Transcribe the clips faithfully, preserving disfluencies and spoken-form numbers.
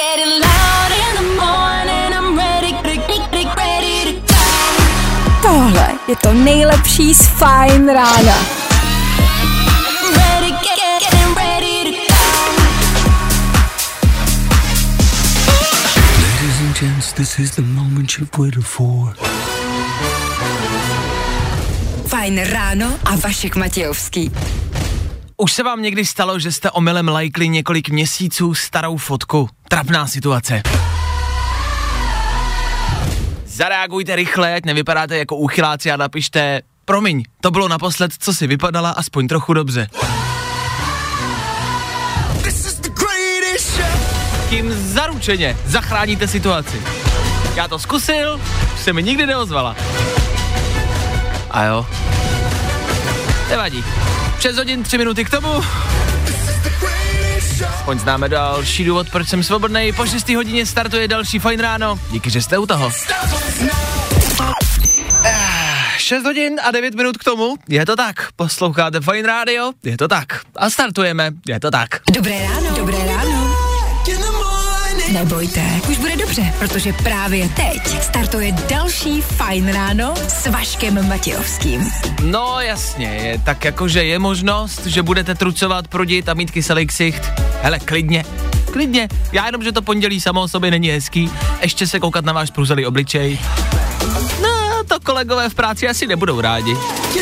Tohle je to nejlepší z Fajn rána. Ladies and gents, this is the moment you've waited for. Fajn ráno a Vašek Matějovský. Už se vám někdy stalo, že jste omylem lajkli několik měsíců starou fotku? Trapná situace. Zareagujte rychle, ať nevypadáte jako úchyláci a napište: promiň, to bylo naposled, co si vypadala aspoň trochu dobře. Tím zaručeně zachráníte situaci. Já to zkusil, se mi nikdy neozvala. A jo. Nevadí. šest hodin, tři minuty k tomu. Aspoň známe další důvod, proč jsem svobodnej. Po šesté hodině startuje další Fajn ráno. Díky, že jste u toho. šest hodin a devět minut k tomu. Je to tak. Posloucháte Fajn rádio? Je to tak. A startujeme. Je to tak. Dobré ráno. Dobré ráno. Nebojte, už bude dobře, protože právě teď startuje další Fajn ráno s Vaškem Matějovským. No jasně, je, tak jakože je možnost, že budete trucovat, prudit a mít kyselý ksicht. Hele, klidně, klidně. Já jenom, že to pondělí samo o sobě není hezký, ještě se koukat na váš průzalý obličej. No, to kolegové v práci asi nebudou rádi.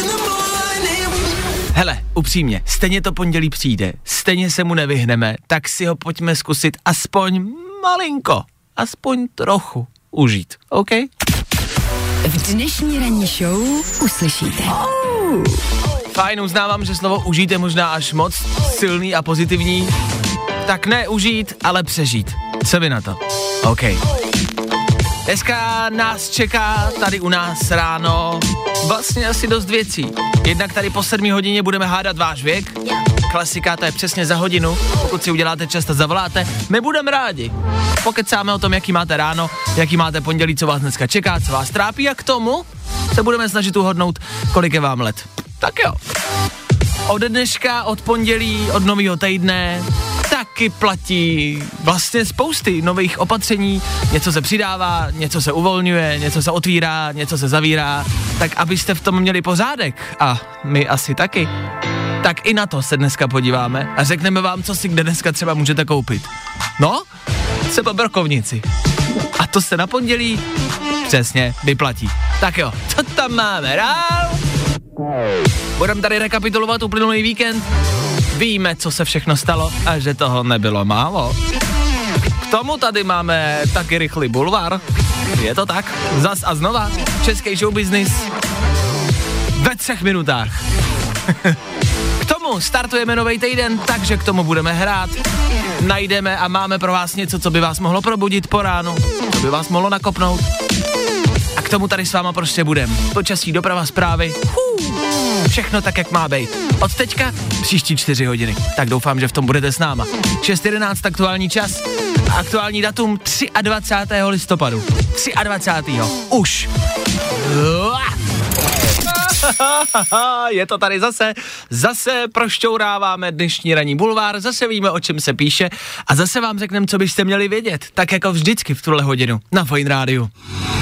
Hele, upřímně, stejně to pondělí přijde, stejně se mu nevyhneme, tak si ho pojďme zkusit aspoň malinko, aspoň trochu užít, OK? V dnešní ranní show uslyšíte. Oh. Fajn, uznávám, že slovo užít je možná až moc silný a pozitivní. Tak ne užít, ale přežít. Co vy na to? OK. Dneska nás čeká tady u nás ráno vlastně asi dost věcí. Jednak tady po sedmé hodině budeme hádat váš věk. Klasika, to je přesně za hodinu. Pokud si uděláte čas a zavoláte, my budeme rádi. Pokecáme o tom, jaký máte ráno, jaký máte pondělí, co vás dneska čeká, co vás trápí, a k tomu se budeme snažit uhodnout, kolik je vám let. Tak jo. Od dneška, od pondělí, od nového týdne taky platí vlastně spousty nových opatření. Něco se přidává, něco se uvolňuje, něco se otvírá, něco se zavírá. Tak abyste v tom měli pořádek, a my asi taky, tak i na to se dneska podíváme a řekneme vám, co si kde dneska třeba můžete koupit. No, třeba brokovnici. A to se na pondělí přesně vyplatí. Tak jo, co tam máme dál? Budeme tady rekapitulovat uplynulý víkend. Víme, co se všechno stalo a že toho nebylo málo. K tomu tady máme taky rychlý bulvár. Je to tak? Zas a znova. Český showbiznis ve třech minutách. K tomu startujeme nový týden, takže k tomu budeme hrát. Najdeme a máme pro vás něco, co by vás mohlo probudit po ránu, co by vás mohlo nakopnout. A k tomu tady s váma prostě budem. Počasí, doprava, zprávy. Hů. Všechno tak, jak má být. Od teďka příští čtyři hodiny. Tak doufám, že v tom budete s náma. šest jedenáct aktuální čas. Aktuální datum dvacátého třetího listopadu. dvacátého třetího Už. Je to tady zase. Zase prošťouráváme dnešní ranní bulvár. Zase víme, o čem se píše. A zase vám řekneme, co byste měli vědět. Tak jako vždycky v tuhle hodinu. Na Fajn rádiu.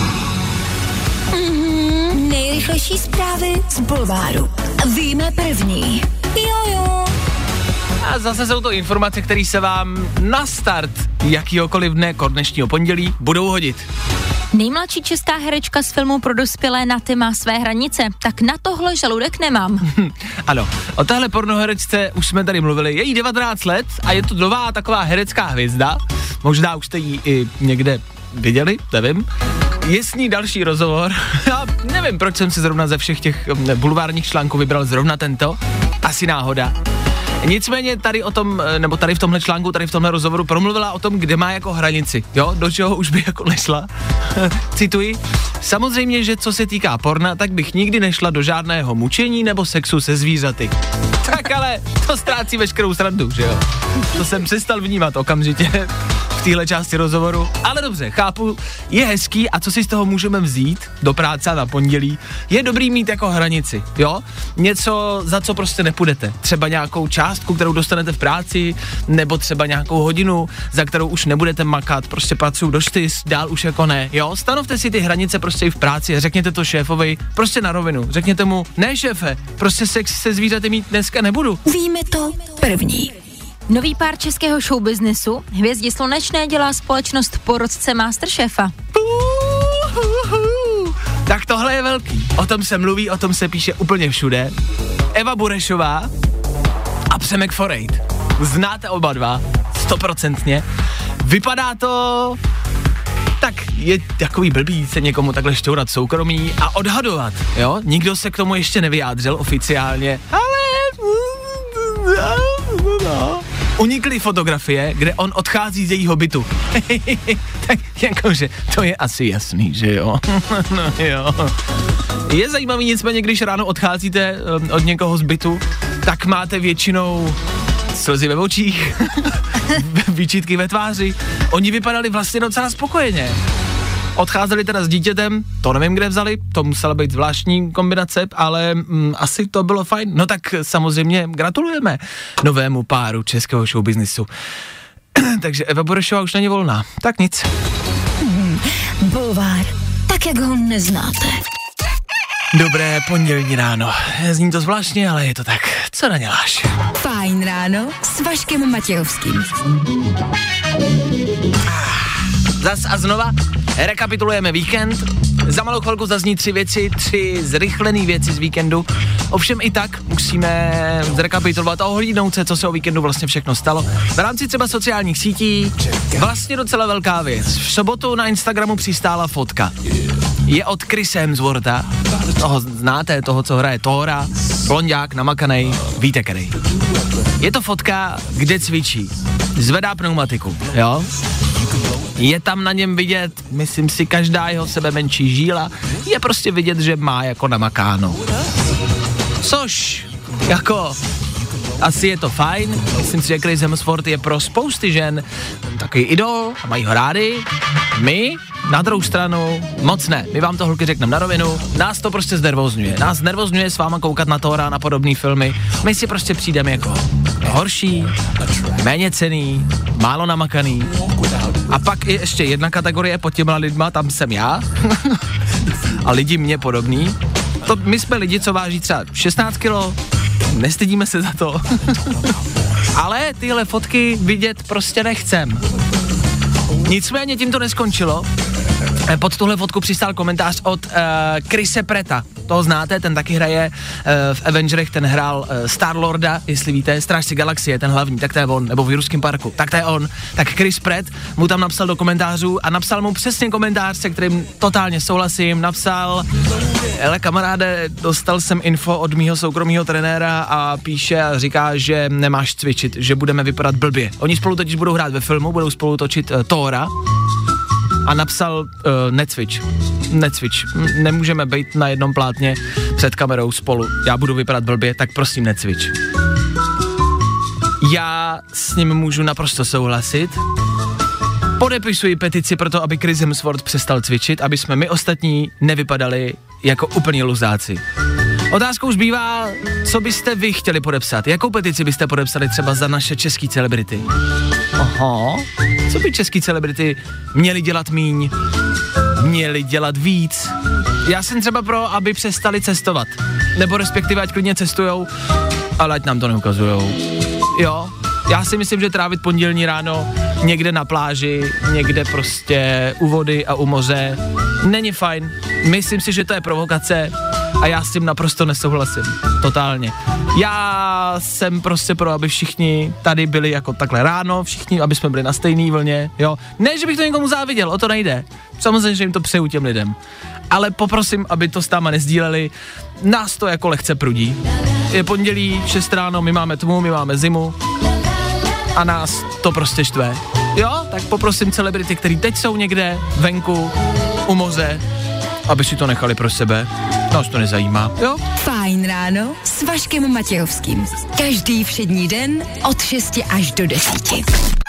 Nejrychlejší zprávy z bulváru. Víme první. Jojo. A zase jsou to informace, které se vám na start jakýhokoliv dne, jako dnešního pondělí, budou hodit. Nejmladší česká herečka z filmu pro dospělé Naty má své hranice, tak na tohle žaludek nemám. Ano, o téhle pornoherečce už jsme tady mluvili, je jí devatenáct let a je to nová taková herecká hvězda, možná už jste ji i někde viděli, nevím. Je s ní další rozhovor. Já nevím, proč jsem si zrovna ze všech těch bulvárních článků vybral zrovna tento. Asi náhoda. Nicméně tady o tom, nebo tady v tomhle článku, tady v tomhle rozhovoru promluvila o tom, kde má jako hranici, jo, do čeho už by jako nešla. Cituji: samozřejmě, že co se týká porna, tak bych nikdy nešla do žádného mučení nebo sexu se zvířaty. Tak ale to ztrácí veškerou srandu, že jo. To jsem přestal vnímat okamžitě. v téhle části rozhovoru, ale dobře, chápu, je hezký a co si z toho můžeme vzít do práce na pondělí, je dobrý mít jako hranici, jo? Něco, za co prostě nepůjdete. Třeba nějakou částku, kterou dostanete v práci, nebo třeba nějakou hodinu, za kterou už nebudete makat, prostě pracuju do čtyř, dál už jako ne, jo? Stanovte si ty hranice prostě i v práci, řekněte to šéfovi, prostě na rovinu, řekněte mu, ne šéfe, prostě sex se zvířaty mít dneska nebudu. Víme to první. Nový pár českého showbiznesu, Hvězdi slunečné, dělá společnost po roce Masterchefa. Tak tohle je velký. O tom se mluví, o tom se píše úplně všude. Eva Burešová a Přemek Forejt. Znáte oba dva, stoprocentně. Vypadá to... Tak je takový blbý se někomu takhle šťourat soukromí a odhadovat, jo? Nikdo se k tomu ještě nevyjádřil oficiálně, ale... Unikly fotografie, kde on odchází z jejího bytu. Tak jakože, to je asi jasný, že jo? No jo. Je zajímavý nicméně, když ráno odcházíte um, od někoho z bytu, tak máte většinou slzy ve očích, výčitky ve tváři. Oni vypadali vlastně docela spokojeně. Odcházeli teda s dítětem, to nevím, kde vzali, to musela být zvláštní kombinace, ale mm, asi to bylo fajn. No tak samozřejmě gratulujeme novému páru českého showbiznisu. Takže Eva Burešová už není volná. Tak nic. Hmm, bulvár, tak jak ho neznáte. Dobré pondělní ráno. Zní to zvláštně, ale je to tak. Co naděláš? Fajn ráno s Vaškem Matějovským. Zas a znova rekapitulujeme víkend. Za malou chvilku zazní tři věci, tři zrychlené věci z víkendu. Ovšem i tak musíme zrekapitulovat a ohlídnout se, co se o víkendu vlastně všechno stalo. V rámci třeba sociálních sítí vlastně docela velká věc. V sobotu na Instagramu přistála fotka. Je od Chrise Hemswortha, toho znáte, toho, co hraje Thora, blonďák, namakanej, víte který. Je to fotka, kde cvičí. Zvedá pneumatiku, jo? Je tam na něm vidět, myslím si, každá jeho sebe menší žíla, je prostě vidět, že má jako namakáno. Což, jako, asi je to fajn, myslím si, že Chris Hemsworth je pro spousty žen takový idol a mají ho rádi. My, na druhou stranu, moc ne. My vám to holky řekneme na rovinu, nás to prostě znervozňuje. Nás znervozňuje s váma koukat na Thora, na podobné filmy. My si prostě přijdeme jako horší, méně cenný, málo namakaný. A pak je ještě jedna kategorie pod těma lidma, tam jsem já a lidi mě podobný. To my jsme lidi, co váží třeba šestnáct kilo, nestydíme se za to. Ale tyhle fotky vidět prostě nechcem. Nicméně tím to neskončilo. Pod tuhle fotku přistál komentář od uh, Chrise Pratta. Toho znáte, ten taky hraje uh, v Avengerech, ten hrál uh, Star-Lorda, jestli víte, Strážci galaxie, ten hlavní, tak to je on, nebo v Jurském parku, tak to je on. Tak Chris Pratt mu tam napsal do komentářů a napsal mu přesně komentář, se kterým totálně souhlasím, napsal: hele kamaráde, dostal jsem info od mýho soukromého trenéra a píše a říká, že nemáš cvičit, že budeme vypadat blbě. Oni spolu totiž budou hrát ve filmu, budou spolu točit uh, Thora. A napsal, uh, necvič, necvič, nemůžeme být na jednom plátně před kamerou spolu, já budu vypadat blbě, tak prosím necvič. Já s ním můžu naprosto souhlasit, podepisuji petici pro to, aby Chris Hemsworth přestal cvičit, aby jsme my ostatní nevypadali jako úplní luzáci. Otázkou zbývá, co byste vy chtěli podepsat, jakou petici byste podepsali třeba za naše český celebrity. Aha, co by český celebrity měli dělat míň, měli dělat víc. Já jsem třeba pro, aby přestali cestovat, nebo respektive ať klidně cestujou, ale ať nám to neukazujou. Jo, já si myslím, že trávit pondělní ráno někde na pláži, někde prostě u vody a u moře není fajn. Myslím si, že to je provokace a já s tím naprosto nesouhlasím. Totálně. Já jsem prostě pro, aby všichni tady byli jako takhle ráno, všichni, aby jsme byli na stejný vlně, jo. Ne, že bych to někomu záviděl, o to nejde. Samozřejmě, že jim to přeju těm lidem. Ale poprosím, aby to s náma nezdíleli. Nás to jako lehce prudí. Je pondělí, šest ráno, my máme tmu, my máme zimu a nás to prostě štve. Jo, tak poprosím celebrity, který teď jsou někde venku, u moře, aby si to nechali pro sebe. Nás to nezajímá, jo? Fajn ráno s Vaškem Matějovským. Každý všední den od šesti až do desíti.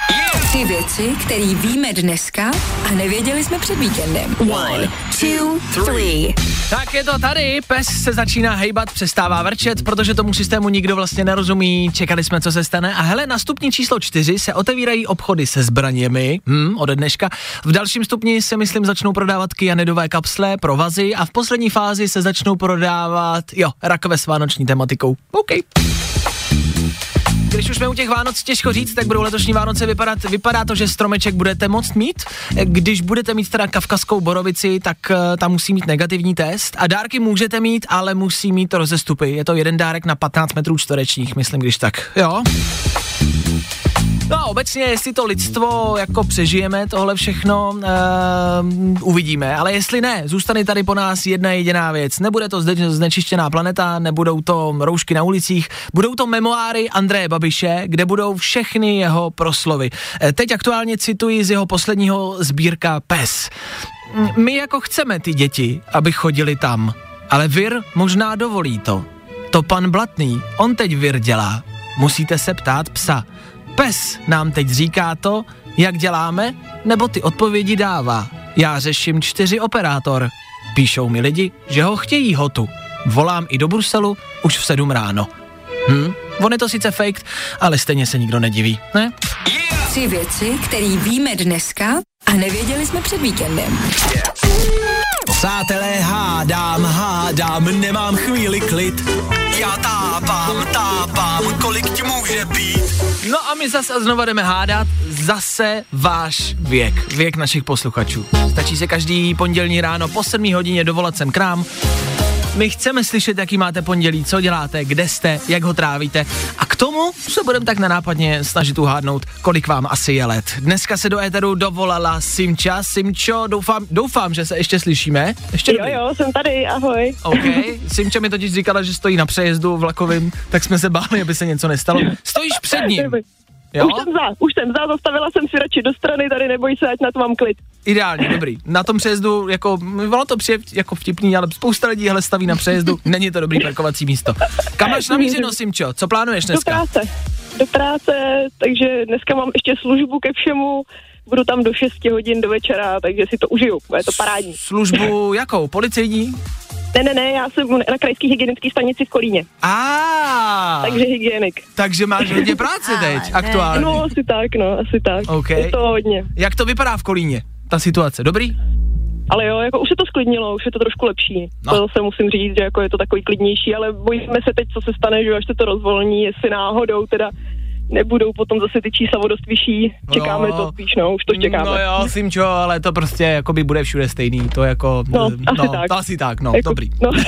Tři věci, které víme dneska a nevěděli jsme před víkendem. One, two, three. Tak je to tady, pes se začíná hejbat, přestává vrčet, protože tomu systému nikdo vlastně nerozumí, čekali jsme, co se stane. A hele, na stupni číslo čtyři se otevírají obchody se zbraněmi, hm, ode dneška. V dalším stupni se, myslím, začnou prodávat kyanidové kapsle, provazy a v poslední fázi se začnou prodávat, jo, rakve s vánoční tematikou. OK. Když už jsme u těch Vánoc, těžko říct, tak budou letošní Vánoce vypadat. Vypadá to, že stromeček budete moct mít. Když budete mít teda kavkazskou borovici, tak uh, tam musí mít negativní test. A dárky můžete mít, ale musí mít rozestupy. Je to jeden dárek na patnáct metrů čtverečních, myslím, když tak. Jo. No obecně, jestli to lidstvo jako přežijeme tohle všechno, uh, uvidíme, ale jestli ne, zůstane tady po nás jedna jediná věc. Nebude to zde, znečištěná planeta, nebudou to roušky na ulicích, budou to memoáry Andreje Babiše, kde budou všechny jeho proslovy. Teď aktuálně cituji z jeho posledního sbírka Pes. My jako chceme ty děti, aby chodili tam, ale vir možná dovolí to. To pan Blatný, on teď vir dělá. Musíte se ptát psa. Pes nám teď říká to, jak děláme, nebo ty odpovědi dává. Já řeším čtyři operátor. Píšou mi lidi, že ho chtějí hotu. Volám i do Bruselu už v sedm ráno. Hm, on je to sice fake, ale stejně se nikdo nediví, ne? Yeah! Tři věci, které víme dneska a nevěděli jsme před víkendem. Yeah. Přátelé, hádám, hádám, nemám chvíli klid. Já tápám, tápám, kolik ti může být. No a my zase znova jdeme hádat, zase váš věk, věk našich posluchačů. Stačí se každý pondělní ráno po sedmé hodině dovolat sem k nám. My chceme slyšet, jaký máte pondělí, co děláte, kde jste, jak ho trávíte a k tomu se budeme tak nenápadně snažit uhádnout, kolik vám asi je let. Dneska se do éteru dovolala Simča. Simčo, doufám, doufám, že se ještě slyšíme. Ještě jo, jo, jsem tady, ahoj. OK, Simča mi totiž říkala, že stojí na přejezdu vlakovým, tak jsme se báli, aby se něco nestalo. Stojíš před ním. Jo? Už jsem za, už jsem za, zastavila jsem si radši do strany, tady neboj se, ať na to mám klid. Ideálně, dobrý. Na tom přejezdu, jako, bylo to přijde jako vtipný, ale spousta lidí hele staví na přejezdu, není to dobrý parkovací místo. Kam máš namířeno, Simčo? Co plánuješ dneska? Do práce, do práce, takže dneska mám ještě službu ke všemu, budu tam do šesti hodin do večera, takže si to užiju, je to parádní. Službu jakou? Policejní? Ne, ne, ne, já jsem na krajské hygienické stanici v Kolíně. A. Takže hygienik. Takže máš hodně práce teď, aktuálně. No, asi tak, no, asi tak. Okay. Je to hodně. Jak to vypadá v Kolíně, ta situace, dobrý? Ale jo, jako už se to sklidnilo, už je to trošku lepší. No. To se musím říct, že jako je to takový klidnější, ale bojíme se teď, co se stane, že až se to rozvolní, jestli náhodou teda nebudou potom zase ty čísla o dost vyšší. Čekáme no, to spíš, no, už to čekáme. No jo, Simčo, ale to prostě jakoby bude všude stejný, to jako... No, no asi tak. To asi tak, no, jako, dobrý. No.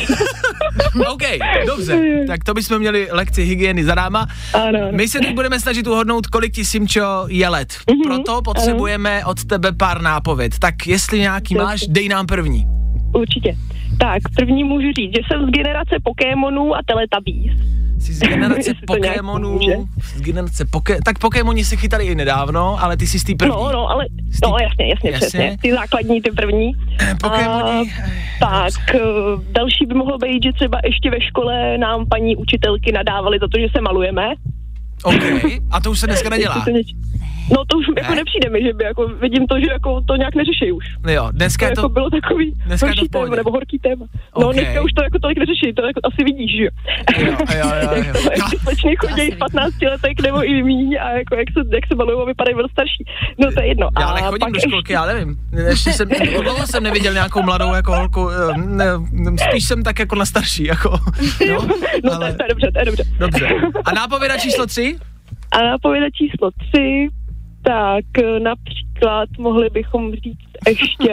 OK, dobře, tak to bychom měli lekci hygieny za náma. Ano, ano. My se teď budeme snažit uhodnout, kolik ti, Simčo, je let. Mm-hmm, Proto potřebujeme ano. od tebe pár nápověd. Tak jestli nějaký Dobře. máš, dej nám první. Určitě. Tak, první můžu říct, že jsem z generace Pokémonů a Teletubbies. Jsi z generace Pokémonů, z generace Poké... Tak Pokémoni se chytali i nedávno, ale ty jsi z té první. No, no, ale, tý... no jasně, jasně, jasně, přesně. Ty základní, ty první. Pokémoni. Tak, další by mohlo být, že třeba ještě ve škole nám paní učitelky nadávaly za to, že se malujeme. OK, a to už se dneska nedělá. No to už ne? jako nepřijde mi, že by jako, vidím to, že jako to nějak neřeší už. Jo, dneska to je to... jako bylo takový horší téma, nebo horký téma. No okay. dneska už to jako tolik neřeší, to jako asi vidíš, že jo. Jo, jo, jo, jo. Jak ty slečny chodí v patnácti letek nebo i míň a jako jak se, jak se malujou a vypadají byl starší. No to je jedno. Já nechodím do školky, já nevím. Ještě jsem, dlouho jsem neviděl nějakou mladou jako holku, ne, spíš jsem tak jako na starší, jako. No, no ale... to je dobře, to je dobře. Dobře. A nápověda číslo tři? A nápověda číslo tři, tak například mohli bychom říct ještě...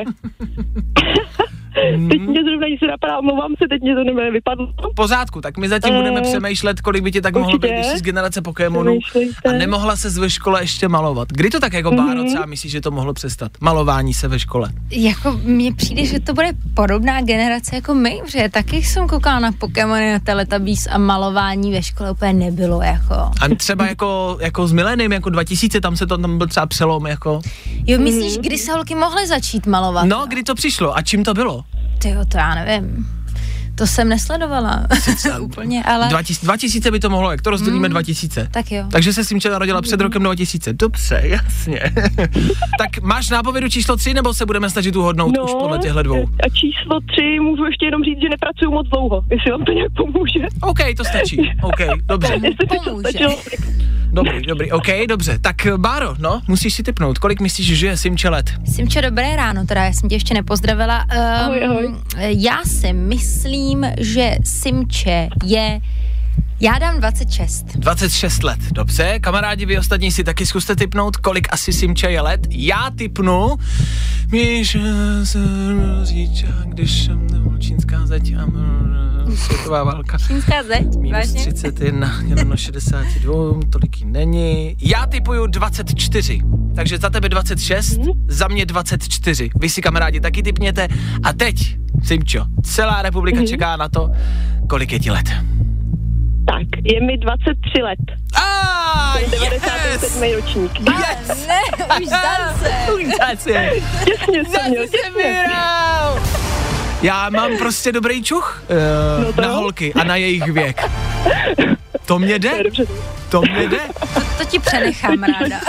Teď mě zrovna nic napadá, omlouvám se, teď mě to nebude vypadlo. V pořádku, tak my zatím uh, budeme přemýšlet, kolik by ti tak mohlo být, když jsi z generace Pokémonů a nemohla se ve škole ještě malovat. Kdy to tak jako Báro třeba myslíš, že to mohlo přestat? Malování se ve škole. Jako mně přijde, že to bude podobná generace jako my, že taky jsem koukala na Pokémony, na Teletubbies a malování ve škole úplně nebylo jako. A třeba jako, jako s miléniem, jako dva tisíce, tam se to, tam byl třeba přelom, jako. Jo, myslíš, kdy se holky mohly začít malovat? No, kdy to přišlo a čím to bylo? Tyjo, to já nevím. To jsem nesledovala úplně, ale... dva tisíce by to mohlo, jak to rozdělíme mm, dva tisíce. Tak jo. Takže se Simča narodila před rokem dva tisíce. Dobře, jasně. Tak máš nápovědu číslo tři, nebo se budeme snažit uhodnout no, už podle těchto dvou? A číslo tři můžu ještě jenom říct, že nepracuju moc dlouho, jestli vám to nějak pomůže. OK, to stačí. OK, dobře. Pomůže. Dobrý, dobrý, OK, dobře. Tak Báro, no, musíš si tipnout. Kolik myslíš, že je Simče let? Simče, dobré ráno, teda já jsem tě ještě nepozdravila. Um, ahoj, ahoj. Já si myslím, že Simče je... Já dám dvacet šest. dvacet šest let, dobře. Kamarádi, vy ostatní si taky zkuste tipnout, kolik asi Simče je let. Já tipnu... Míš říča, když čínská zeď a světová válka. Čínská zeď? Minus třicet jedna, děleno šedesát dva, tolik jí není. Já tipuju dvacet čtyři, takže za tebe dvacet šest, mm. za mě dvacet čtyři. Vy si, kamarádi, taky tipněte. A teď, Simčo, celá republika mm. čeká na to, kolik je ti let. Tak, je mi dvacet tři let. Ah, jsem devadesátý sedmý yes. ročník. Yes! Ne, už zase. Už zase. Jasně jsem měl, jasně. Já mám prostě dobrý čuch uh, no to na jo. holky a na jejich věk. To mě jde. To mě jde. To, to ti přenechám, ráda.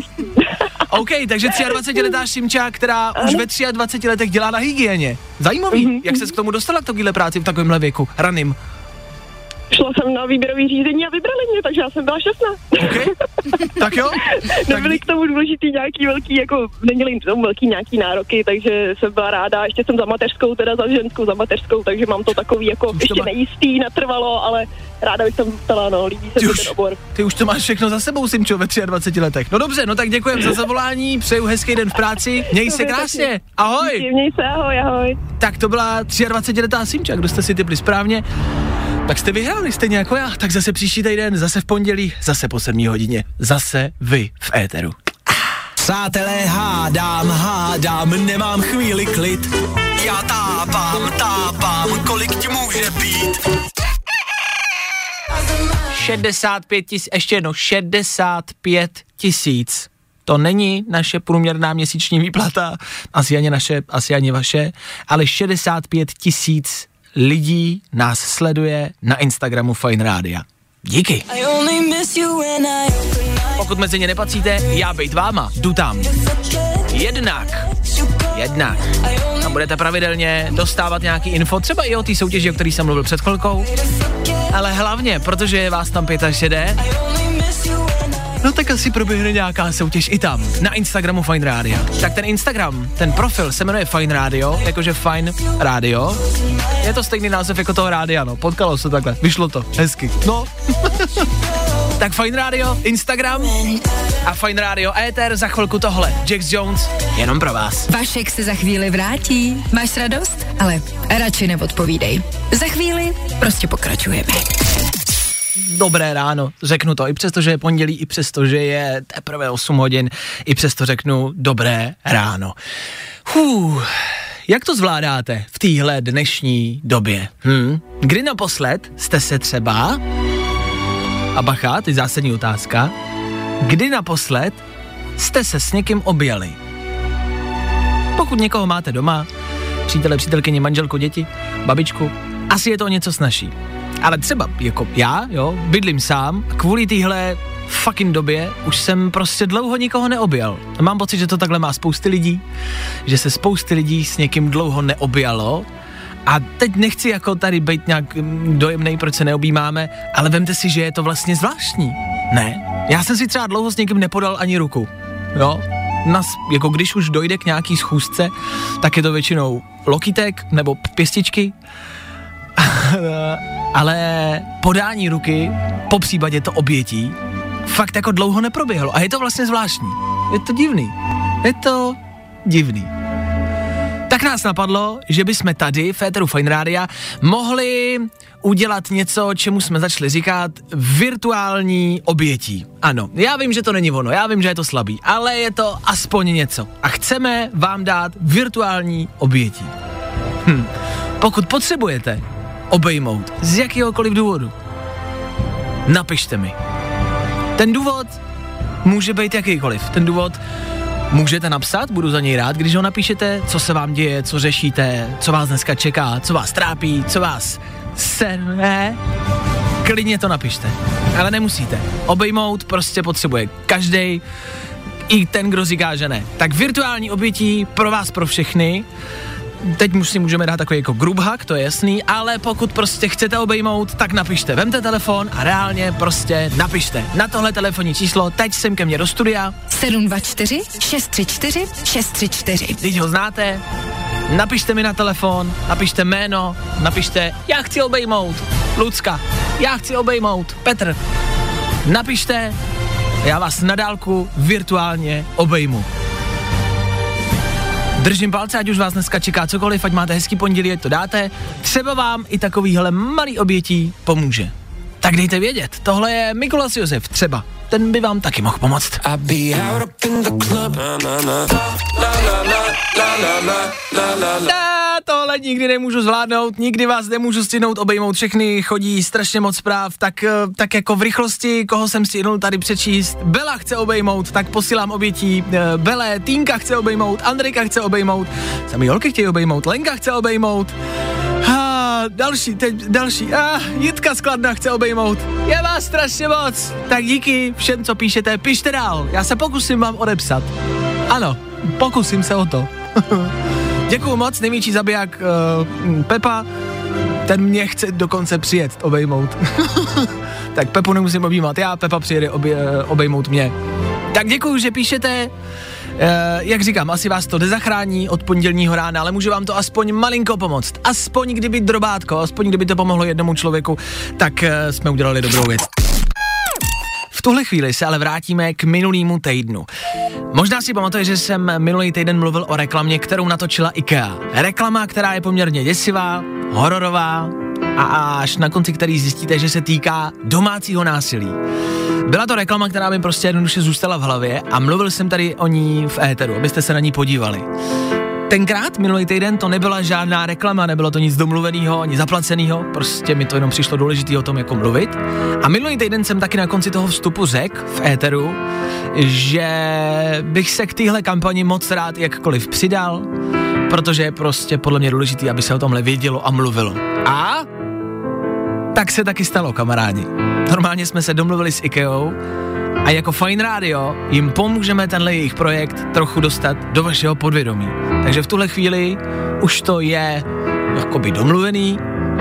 OK, takže dvacetiletá Simča, která už ve dvaceti třech letech dělá na hygieně. Zajímavý, mm-hmm. jak ses k tomu dostala k takovéhle práci v takovémhle věku, raným. Šla jsem na výběrový řízení a vybrali mě, takže já jsem byla šťastná. OK, tak jo. Nebyly k tomu důležitý nějaký velký, jako neměli k tomu velký nějaký nároky, takže jsem byla ráda. Ještě jsem za mateřskou, teda za ženskou, za mateřskou, takže mám to takový jako už ještě má... nejistý, natrvalo, ale ráda bych tam zůstala, no, líbí se mi ten obor. Ty už to máš všechno za sebou, Simčo, ve dvaceti třech letech. No dobře, no tak děkujem za zavolání, přeju hezký den v práci, měj se krásně, ahoj. Díky, měj se, ahoj, ahoj. Tak to byla dvacetiletá Simča, kdo jste si tipli správně. Tak jste vyhráli stejně jako já, tak zase příští týden, zase v pondělí, zase po sedmé hodině, zase vy v éteru. Přátelé, hádám, hádám, nemám chvíli klid. Já tápám, tápám, kolik ti může být. šedesát pět tisíc, ještě jednou, šedesát pět tisíc. To není naše průměrná měsíční výplata, asi ani naše, asi ani vaše, ale šedesát pět tisíc lidí nás sleduje na Instagramu Fajn Rádia. Díky. Pokud mezi ně nepatříte, já bejt váma, jdu tam. Jednak, jednak, tam budete pravidelně dostávat nějaký info, třeba i o té soutěži, o který jsem mluvil před chvilkou, ale hlavně, protože je vás tam šedesát pět, no tak asi proběhne nějaká soutěž i tam, na Instagramu Fajn Rádia. Tak ten Instagram, ten profil se jmenuje Fajn Radio, jakože Fajn Radio. Je to stejný název jako toho rádia, no, potkalo se takhle, vyšlo to, hezky, no. Tak Fajn Radio, Instagram a Fajn Radio éter, za chvilku tohle, Jax Jones, jenom pro vás. Vašek se za chvíli vrátí. Máš radost? Ale radši neodpovídej. Za chvíli prostě pokračujeme. Dobré ráno, řeknu to, i přesto, že je pondělí, i přesto, že je teprve osm hodin, i přesto řeknu dobré ráno. Hů, jak to zvládáte v téhle dnešní době? Hm? Kdy naposled jste se třeba, a bacha, teď zásadní otázka, kdy naposled jste se s někým objeli? Pokud někoho máte doma, přítele, přítelkyni, manželku, děti, babičku, asi je to něco snazší. Ale třeba jako já, jo, bydlím sám a kvůli téhle fucking době už jsem prostě dlouho nikoho neobjel. A mám pocit, že to takhle má spousty lidí, že se spousty lidí s někým dlouho neobjalo. A teď nechci jako tady být nějak dojemnej, proč se neobjímáme, ale vemte si, že je to vlastně zvláštní. Ne? Já jsem si třeba dlouho s někým nepodal ani ruku. Jo? Nas, jako když už dojde k nějaký schůzce, tak je to většinou lokitek nebo pěstičky. Ale podání ruky, po případě to obětí, fakt jako dlouho neproběhlo. A je to vlastně zvláštní. Je to divný. Je to divný. Tak nás napadlo, že bychom tady v éteru Fajn Rádia mohli udělat něco, čemu jsme začali říkat virtuální obětí. Ano, já vím, že to není ono, já vím, že je to slabý, ale je to aspoň něco. A chceme vám dát virtuální obětí. Hm. Pokud potřebujete obejmout z jakéhokoliv důvodu, napište mi. Ten důvod může být jakýkoliv. Ten důvod můžete napsat, budu za něj rád, když ho napíšete, co se vám děje, co řešíte, co vás dneska čeká, co vás trápí, co vás serve. Klidně to napište, ale nemusíte. Obejmout prostě potřebuje každej, i ten, kdo říká, že ne. Tak virtuální obětí pro vás, pro všechny. Teď už si můžeme dát takový jako group hug, to je jasný, ale pokud prostě chcete obejmout, tak napište. Vemte telefon a reálně prostě napište. Na tohle telefonní číslo, teď sem ke mně do studia. sedm dva čtyři šest tři čtyři šest tři čtyři. Teď ho znáte, napište mi na telefon, napište jméno, napište, já chci obejmout, Lucka, já chci obejmout, Petr. Napište, já vás na dálku virtuálně obejmu. Držím palce, ať už vás dneska čeká cokoliv, ať máte hezký pondělí, ať to dáte. Třeba vám i takovýhle malý obětí pomůže. Tak dejte vědět, tohle je Mikolas Josef, třeba. Ten by vám taky mohl pomoct. Da, tohle nikdy nemůžu zvládnout, nikdy vás nemůžu stihnout obejmout, všechny chodí strašně moc zpráv, tak, tak jako v rychlosti, koho jsem stihnul tady přečíst. Bela chce obejmout, tak posílám obětí. Bele, Týnka chce obejmout, Andrejka chce obejmout, sami holky chtějí obejmout, Lenka chce obejmout. Ah, další, teď další. Ah, Jitka Skladna chce obejmout. Je vás strašně moc. Tak díky všem, co píšete, pište dál. Já se pokusím vám odepsat. Ano, pokusím se o to. Děkuju moc, největší zabiják uh, Pepa. Ten mě chce dokonce přijet obejmout. Tak Pepu nemusím objímat já, Pepa přijede obě, obejmout mě. Tak děkuju, že píšete. Uh, jak říkám, asi vás to nezachrání od pondělního rána, ale může vám to aspoň malinko pomoct. Aspoň kdyby drobátko, aspoň kdyby to pomohlo jednomu člověku, tak uh, jsme udělali dobrou věc. V tuhle chvíli se ale vrátíme k minulýmu týdnu. Možná si pamatuješ, že jsem minulý týden mluvil o reklamě, kterou natočila IKEA. Reklama, která je poměrně děsivá, hororová a až na konci který zjistíte, že se týká domácího násilí. Byla to reklama, která mi prostě jednoduše zůstala v hlavě a mluvil jsem tady o ní v éteru, abyste se na ní podívali. Tenkrát, minulý týden, to nebyla žádná reklama, nebylo to nic domluveného, ani zaplaceného, prostě mi to jenom přišlo důležitý o tom, jako mluvit. A minulý týden jsem taky na konci toho vstupu řekl v éteru, že bych se k téhle kampani moc rád jakkoliv přidal, protože je prostě podle mě důležitý, aby se o tomhle vědělo a mluvilo. A tak se taky stalo, kamarádi. Normálně jsme se domluvili s IKEAou a jako Fajn rádio jim pomůžeme tenhle jejich projekt trochu dostat do vašeho podvědomí. Takže v tuhle chvíli už to je jakoby domluvený,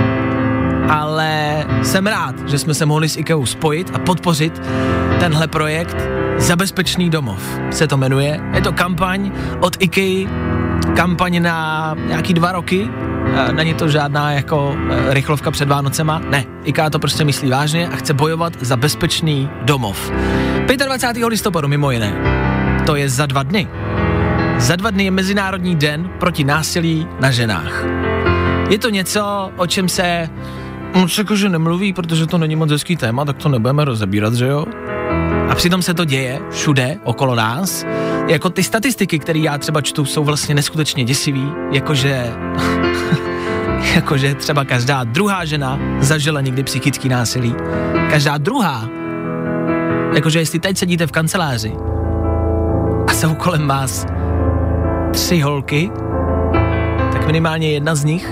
ale jsem rád, že jsme se mohli s IKEAou spojit a podpořit tenhle projekt Zabezpečný domov se to jmenuje. Je to kampaň od IKEA, kampaň na nějaký dva roky, není to žádná jako rychlovka před Vánocema, ne, IKEA to prostě myslí vážně a chce bojovat za bezpečný domov. dvacátého pátého listopadu mimo jiné, to je za dva dny. Za dva dny je Mezinárodní den proti násilí na ženách. Je to něco, o čem se moc jakože nemluví, protože to není moc hezký téma, tak to nebudeme rozebírat, že jo? A přitom se to děje všude okolo nás. Jako ty statistiky, které já třeba čtu, jsou vlastně neskutečně děsivý, jakože jakože třeba každá druhá žena zažila někdy psychický násilí. Každá druhá. Jakože jestli teď sedíte v kanceláři a jsou kolem vás tři holky, tak minimálně jedna z nich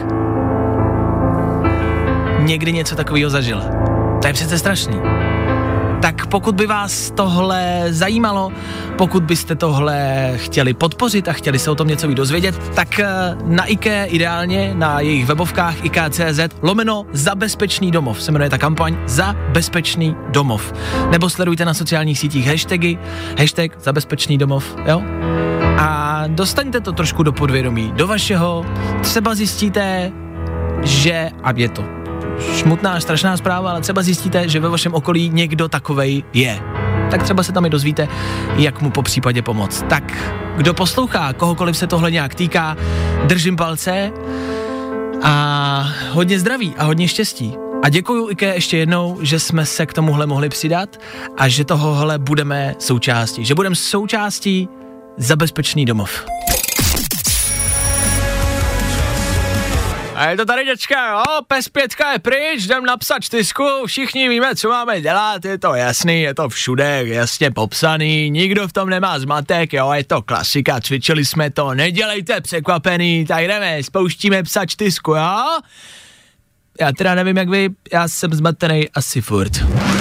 někdy něco takového zažila. To je přece strašný. Tak pokud by vás tohle zajímalo, pokud byste tohle chtěli podpořit a chtěli se o tom něco víc dozvědět, tak na IKEA ideálně, na jejich webovkách ikea tečka cé zet lomeno za bezpečný domov se jmenuje ta kampaň za bezpečný domov. Nebo sledujte na sociálních sítích hashtagy, hashtag za bezpečný domov, jo? A dostaňte to trošku do podvědomí, do vašeho, třeba zjistíte, že, a je to smutná, strašná zpráva, ale třeba zjistíte, že ve vašem okolí někdo takovej je. Tak třeba se tam i dozvíte, jak mu po případě pomoct. Tak, kdo poslouchá, kohokoliv se tohle nějak týká, držím palce a hodně zdraví a hodně štěstí. A děkuju IKEA ještě jednou, že jsme se k tomuhle mohli přidat a že tohohle budeme součástí. Že budeme součástí za bezpečný domov. A je to tady, děčka, jo, pes pětka je pryč, jdem napsat čtyřku, všichni víme, co máme dělat, je to jasný, je to všude jasně popsaný, nikdo v tom nemá zmatek, jo, je to klasika, cvičili jsme to, nedělejte překvapený, tak jdeme, spouštíme psat čtyřku, jo? Já teda nevím, jak vy, já jsem zmatený asi furt.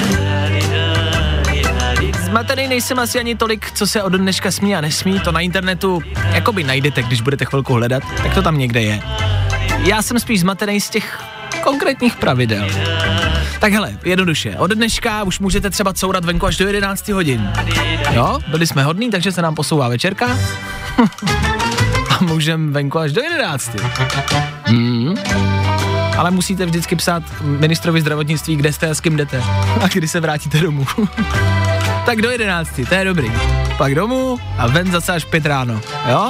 Zmatený nejsem asi ani tolik, co se od dneška smí a nesmí, to na internetu jakoby najdete, když budete chvilku hledat, tak to tam někde je. Já jsem spíš zmatený z těch konkrétních pravidel. Tak hele, jednoduše, od dneška už můžete třeba courat venku až do jedenácti hodin. Jo, byli jsme hodní, takže se nám posouvá večerka. A můžeme venku až do jedenácti. Hmm. Ale musíte vždycky psát ministrovi zdravotnictví, kde jste a s kým jdete. A kdy se vrátíte domů. Tak do jedenácti, to je dobrý. Pak domů a ven zase až pět ráno, jo?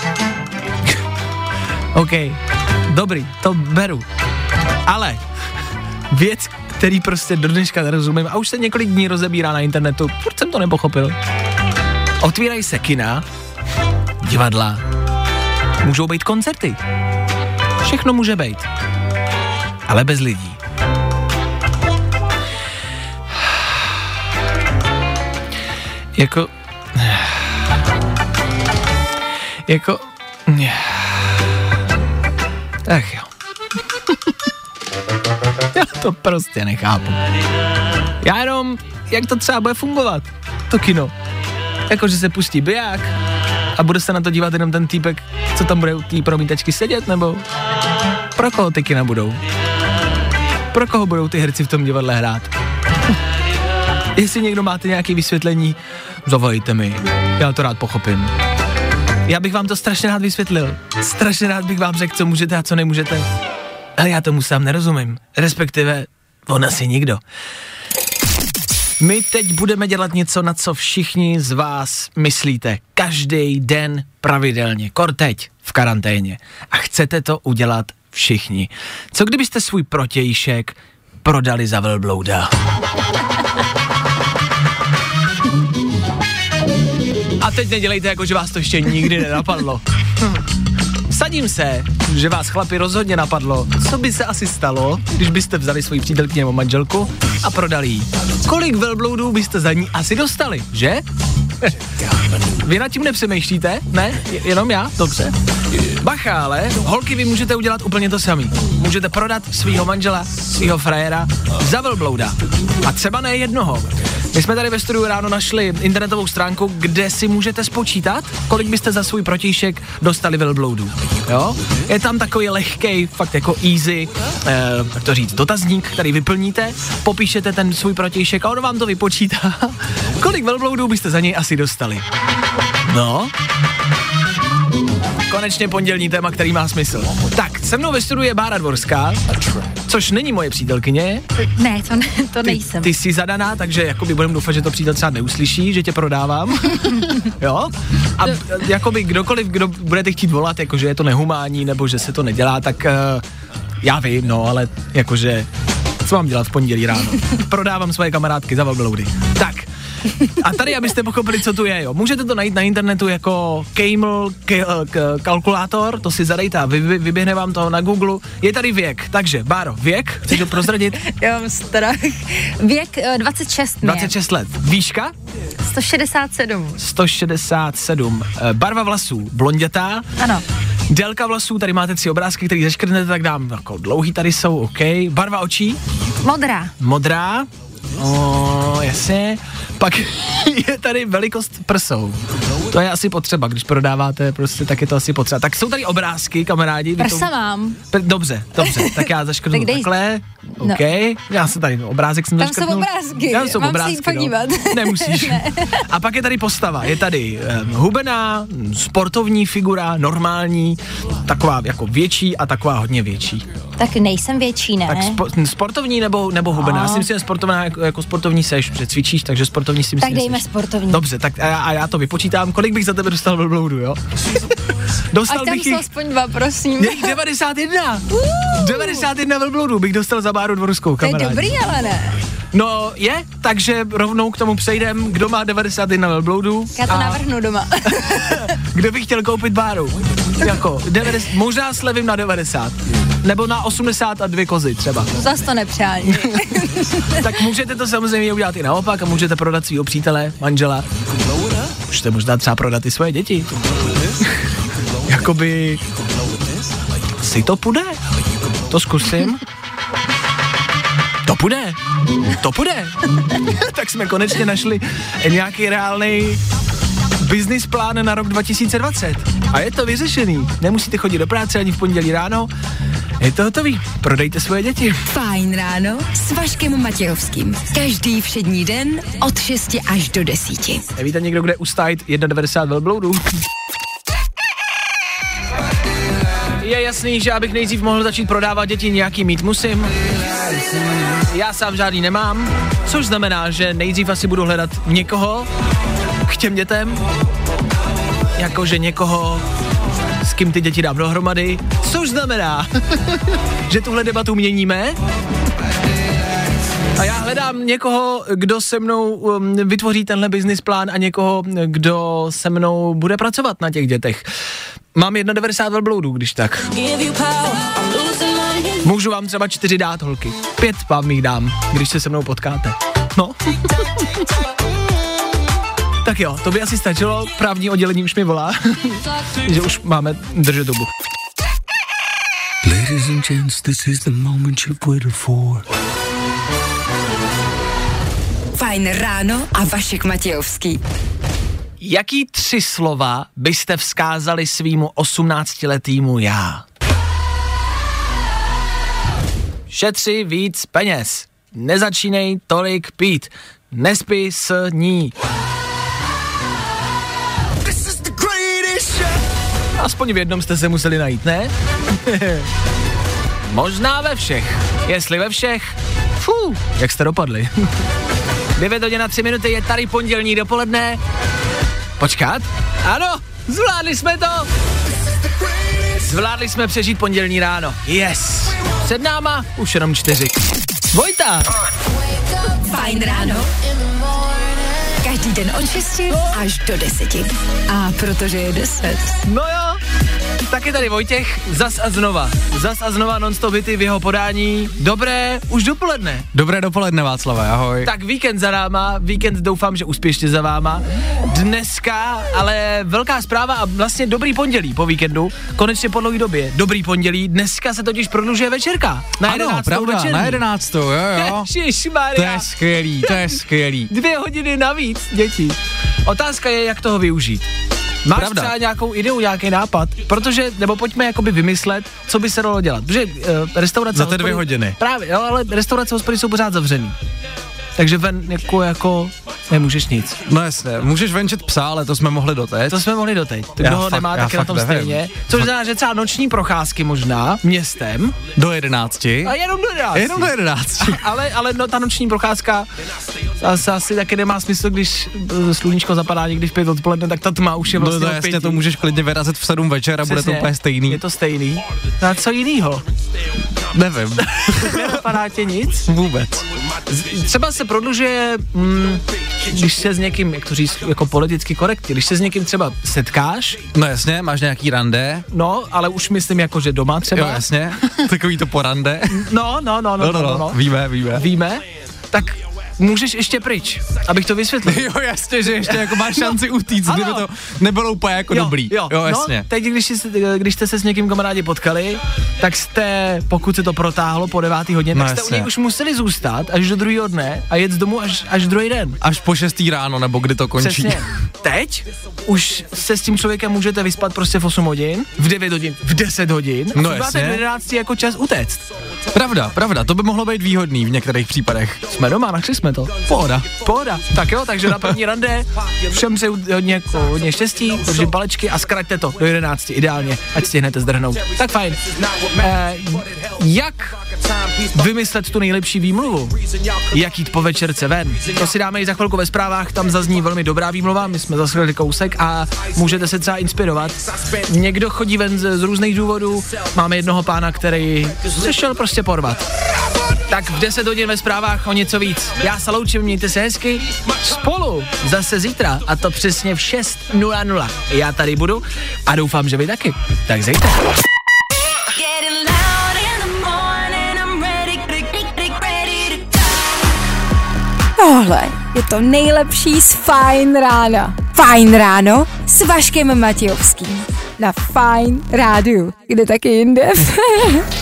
OK, dobrý, to beru. Ale věc, který prostě do dneška nerozumím a už se několik dní rozebírá na internetu, furt jsem to nepochopil. Otvírají se kina, divadla, můžou být koncerty. Všechno může být. Ale bez lidí. Jako... Jako... Ach jo. Já to prostě nechápu. Já jenom, jak to třeba bude fungovat, to kino. Jako, že se pustí biják a bude se na to dívat jenom ten týpek, co tam bude u té promítačky sedět, nebo pro koho ty kina budou? Pro koho budou ty herci v tom divadle hrát? Jestli někdo máte nějaké vysvětlení, zavolejte mi, já to rád pochopím. Já bych vám to strašně rád vysvětlil. Strašně rád bych vám řekl, co můžete a co nemůžete. Ale já tomu sám nerozumím. Respektive, on asi nikdo. My teď budeme dělat něco, na co všichni z vás myslíte. Každý den pravidelně. Kor teď v karanténě. A chcete to udělat všichni. Co kdybyste svůj protějšek prodali za velblouda? A teď nedělejte jako, že vás to ještě nikdy nenapadlo. Sadím se, že vás chlapi rozhodně napadlo, co by se asi stalo, když byste vzali svoji přítelkyni nebo manželku a prodali jí. Kolik velbloudů byste za ní asi dostali, že? Vy nad tím nepřemýšlíte? Ne? Jenom já? Dobře. Bacha, ale holky, vy můžete udělat úplně to samý. Můžete prodat svýho manžela, svýho frajera za velblouda. A třeba ne jednoho. My jsme tady ve studiu ráno našli internetovou stránku, kde si můžete spočítat, kolik byste za svůj protějšek dostali velbloudů. Jo? Je tam takový lehkej, fakt jako easy, eh, jak to říct, dotazník, který vyplníte, popíšete ten svůj protějšek a on vám to vypočítá. Kolik velbloudů byste za něj asi dostali? No? Konečně pondělní téma, který má smysl. Tak, se mnou ve studiu je Bára Dvorská, což není moje přítelkyně. Ne, to, ne, to ty, nejsem. Ty jsi zadaná, takže jakoby budem doufat, že to přítel třeba neuslyší, že tě prodávám. Jo? A jakoby kdokoliv, kdo budete chtít volat, jakože je to nehumánní, nebo že se to nedělá, tak uh, já vím, no, ale jakože, co mám dělat v pondělí ráno? Prodávám svoje kamarádky za velbloudy. Tak. A tady, abyste pochopili, co tu je, jo. Můžete to najít na internetu jako Camel k- k- kalkulátor, to si zadejte a vy, vy, vyběhne vám to na Google. Je tady věk, takže Báro, věk, chceš to prozradit? Já mám strach. Věk uh, dvacet šest mě. dvacet šest let. Výška? sto šedesát sedm. sto šedesát sedm. Barva vlasů, blondětá. Ano. Délka vlasů, tady máte tři obrázky, který zaškrtnete, tak dám jako dlouhý, tady jsou, OK. Barva očí? Modrá. Modrá. O, jasně. Pak je tady velikost prsou. To je asi potřeba, když prodáváte, prostě tak je to asi potřeba. Tak jsou tady obrázky, kamarádi. Prsa to... mám. Pr- dobře, dobře, tak já zaškrtnu tak dej... takhle. OK, no. Já se tady, obrázek jsem tam zaškrtnul. Tam jsou obrázky, Tam jsou mám obrázky, si jít podívat. No. Nemusíš. Ne. A pak je tady postava, je tady um, hubená, sportovní figura, normální, taková jako větší a taková hodně větší. Tak nejsem větší, ne? Tak spo, sportovní nebo, nebo hubená? Já si myslím, že sportovná jako, jako sportovní seš, protože cvičíš, takže sportovní si myslím, tak dejme seš. Sportovní. Dobře, tak a, a já to vypočítám, kolik bych za tebe dostal velbloudu, jo? Dostal ať tam bych jsou aspoň dva, prosím. Je jich devadesát jedna. Uh. devadesát jedna velbloudů bych dostal za Báru Dvorskou, kamarádi. To je dobrý, ale ne. No je, takže rovnou k tomu přejdem, kdo má devadesát jedna velbloudů. Já to a... navrhnu doma. Kdo by chtěl koupit Báru? Jako, devadesát, možná slevím na devadesát. Nebo na osmdesát a dvě kozy třeba. Zas to nepřání. Tak můžete to samozřejmě udělat i naopak a můžete prodat svýho přítele, manžela. Můžete možná třeba prodat i svoje děti. Jakoby... Si to půjde? To zkusím. To půjde. To půjde. Tak jsme konečně našli nějaký reálný business plán na rok dva tisíce dvacet. A je to vyřešený. Nemusíte chodit do práce ani v pondělí ráno. Je to hotový. Prodejte svoje děti. Fajn ráno s Vaškem Matějovským. Každý všední den od šesti až do desíti. Nevíte někdo, kde ustájit devadesát jedna velbloudů? Je jasný, že abych nejdřív mohl začít prodávat děti, nějaký mít musím. Já sám žádný nemám, což znamená, že nejdřív asi budu hledat někoho k těm dětem. Jakože někoho, s kým ty děti dám dohromady. Což znamená, že tuhle debatu měníme. A já hledám někoho, kdo se mnou um, vytvoří tenhle business plán a někoho, kdo se mnou bude pracovat na těch dětech. Mám devadesát jedna velbloudů, když tak. Můžu vám třeba čtyři dát, holky. Pět vám jich dám, když se se mnou potkáte. No. Tak jo, to by asi stačilo, právní oddělení už mi volá, že už máme držet dobu. Ladies and gents, this is the moment you've waited for. Fajn ráno a Vašek Matějovský. Jaký tři slova byste vzkázali svýmu osmnáctiletýmu já? Šetři víc peněz. Nezačínej tolik pít. Nespí s ní. Aspoň v jednom jste se museli najít, ne? Možná ve všech. Jestli ve všech, fů, jak jste dopadli. devět hodin a tři minuty, je tady pondělní dopoledne. Počkat? Ano, zvládli jsme to. Zvládli jsme přežít pondělní ráno. Yes. Před náma už jenom čtyři. Vojta. Fajn ráno. Každý den od šesti až do deseti. A protože je deset. No jo. Tak je tady Vojtěch, zas a znova. Zas a znova non-stop hity v jeho podání. Dobré, už dopoledne. Dobré dopoledne, Václave, ahoj. Tak víkend za náma, víkend doufám, že úspěšně za váma. Dneska, ale velká zpráva a vlastně dobrý pondělí po víkendu, konečně po dlouhé době. Dobrý pondělí, dneska se totiž prodlužuje večerka. Na ano, pravda, večerní. Na jedenáctou, jo, jo. Ježišmarja. To je skvělý, to je skvělý. Dvě hodiny navíc, děti. Otázka je, jak toho využít. Máš Pravda. třeba nějakou ideu, nějaký nápad? Protože, nebo pojďme jakoby vymyslet, co by se dalo dělat. Protože uh, restaurace... Za ty dvě hodiny. Právě, jo, ale restaurace, hospody jsou pořád zavřený. Takže ven jako, jako nemůžeš nic. No jasně, můžeš venčet psa, ale to jsme mohli doteď. To jsme mohli doteď. To kdo ho nemá, taky na tom nevím. Stejně. Což znamená, že třeba noční procházky možná městem. Do jedenácti. A jenom do jedenácti. Jenom do jedenácti. ale, ale no, ta noční procházka asi, asi taky nemá smysl, když sluníčko zapadá někdy v pět odpoledne, tak ta tma už je vlastně no, to jasně, to můžeš klidně vyrazit v sedm večer a Přesně, bude to úplně stejný. Je to stejný. No a co jinýho? Nevím. Nenapadá tě nic? Vůbec. Třeba se prodlužuje, mm, když se s někým, jak to říct, jako politicky korektně, když se s někým třeba setkáš. No jasně, máš nějaký rande. No, ale už myslím jako, že doma třeba. Jo, jasně, takový to porande. No, no, no, no, no, no, no, no. Víme, víme. Víme, tak můžeš ještě pryč, abych to vysvětlil. Jo, jasně, že ještě jako máš šanci utíct, kdyby to nebylo úplně jako jo, dobrý. Jo, jo jasně. No, teď, když, když jste se s někým kamarádi potkali, tak jste, pokud se to protáhlo po devátý hodině, no tak jste jasně. u něj už museli zůstat až do druhého dne a jet z domu až, až druhý den. Až po šestý ráno, nebo kdy to končí. Přesně. Teď už se s tím člověkem můžete vyspat prostě v osm hodin, v devět hodin, v deset hodin. No a máte v jedenácti jako čas utéct. Pravda, pravda, to by mohlo být výhodný v některých případech. Jsme doma, našli jsme to. Pohoda. Pohoda. Tak jo, takže na první rande všem přeju hodně, hodně štěstí, držím palečky a zkraťte to do jedenácti ideálně, ať stihnete zdrhnout. Tak fajn. Eh, jak vymyslet tu nejlepší výmluvu? Jak jít po večerce ven? To si dáme i za chvilku ve zprávách, tam zazní velmi dobrá výmluva, my jsme zaschli kousek a můžete se třeba inspirovat. Někdo chodí ven z, z různých důvodů, máme jednoho pána, který se šel prostě porvat. Tak v deset hodin ve zprávách o něco víc. Já se loučím, mějte se hezky. Spolu zase zítra, a to přesně v šest nula nula. Já tady budu a doufám, že vy taky. Tak zítra. Tohle je to nejlepší z Fajn rána. Fajn ráno s Vaškem Matějovským. Na Fajn rádiu. Kde taky jinde?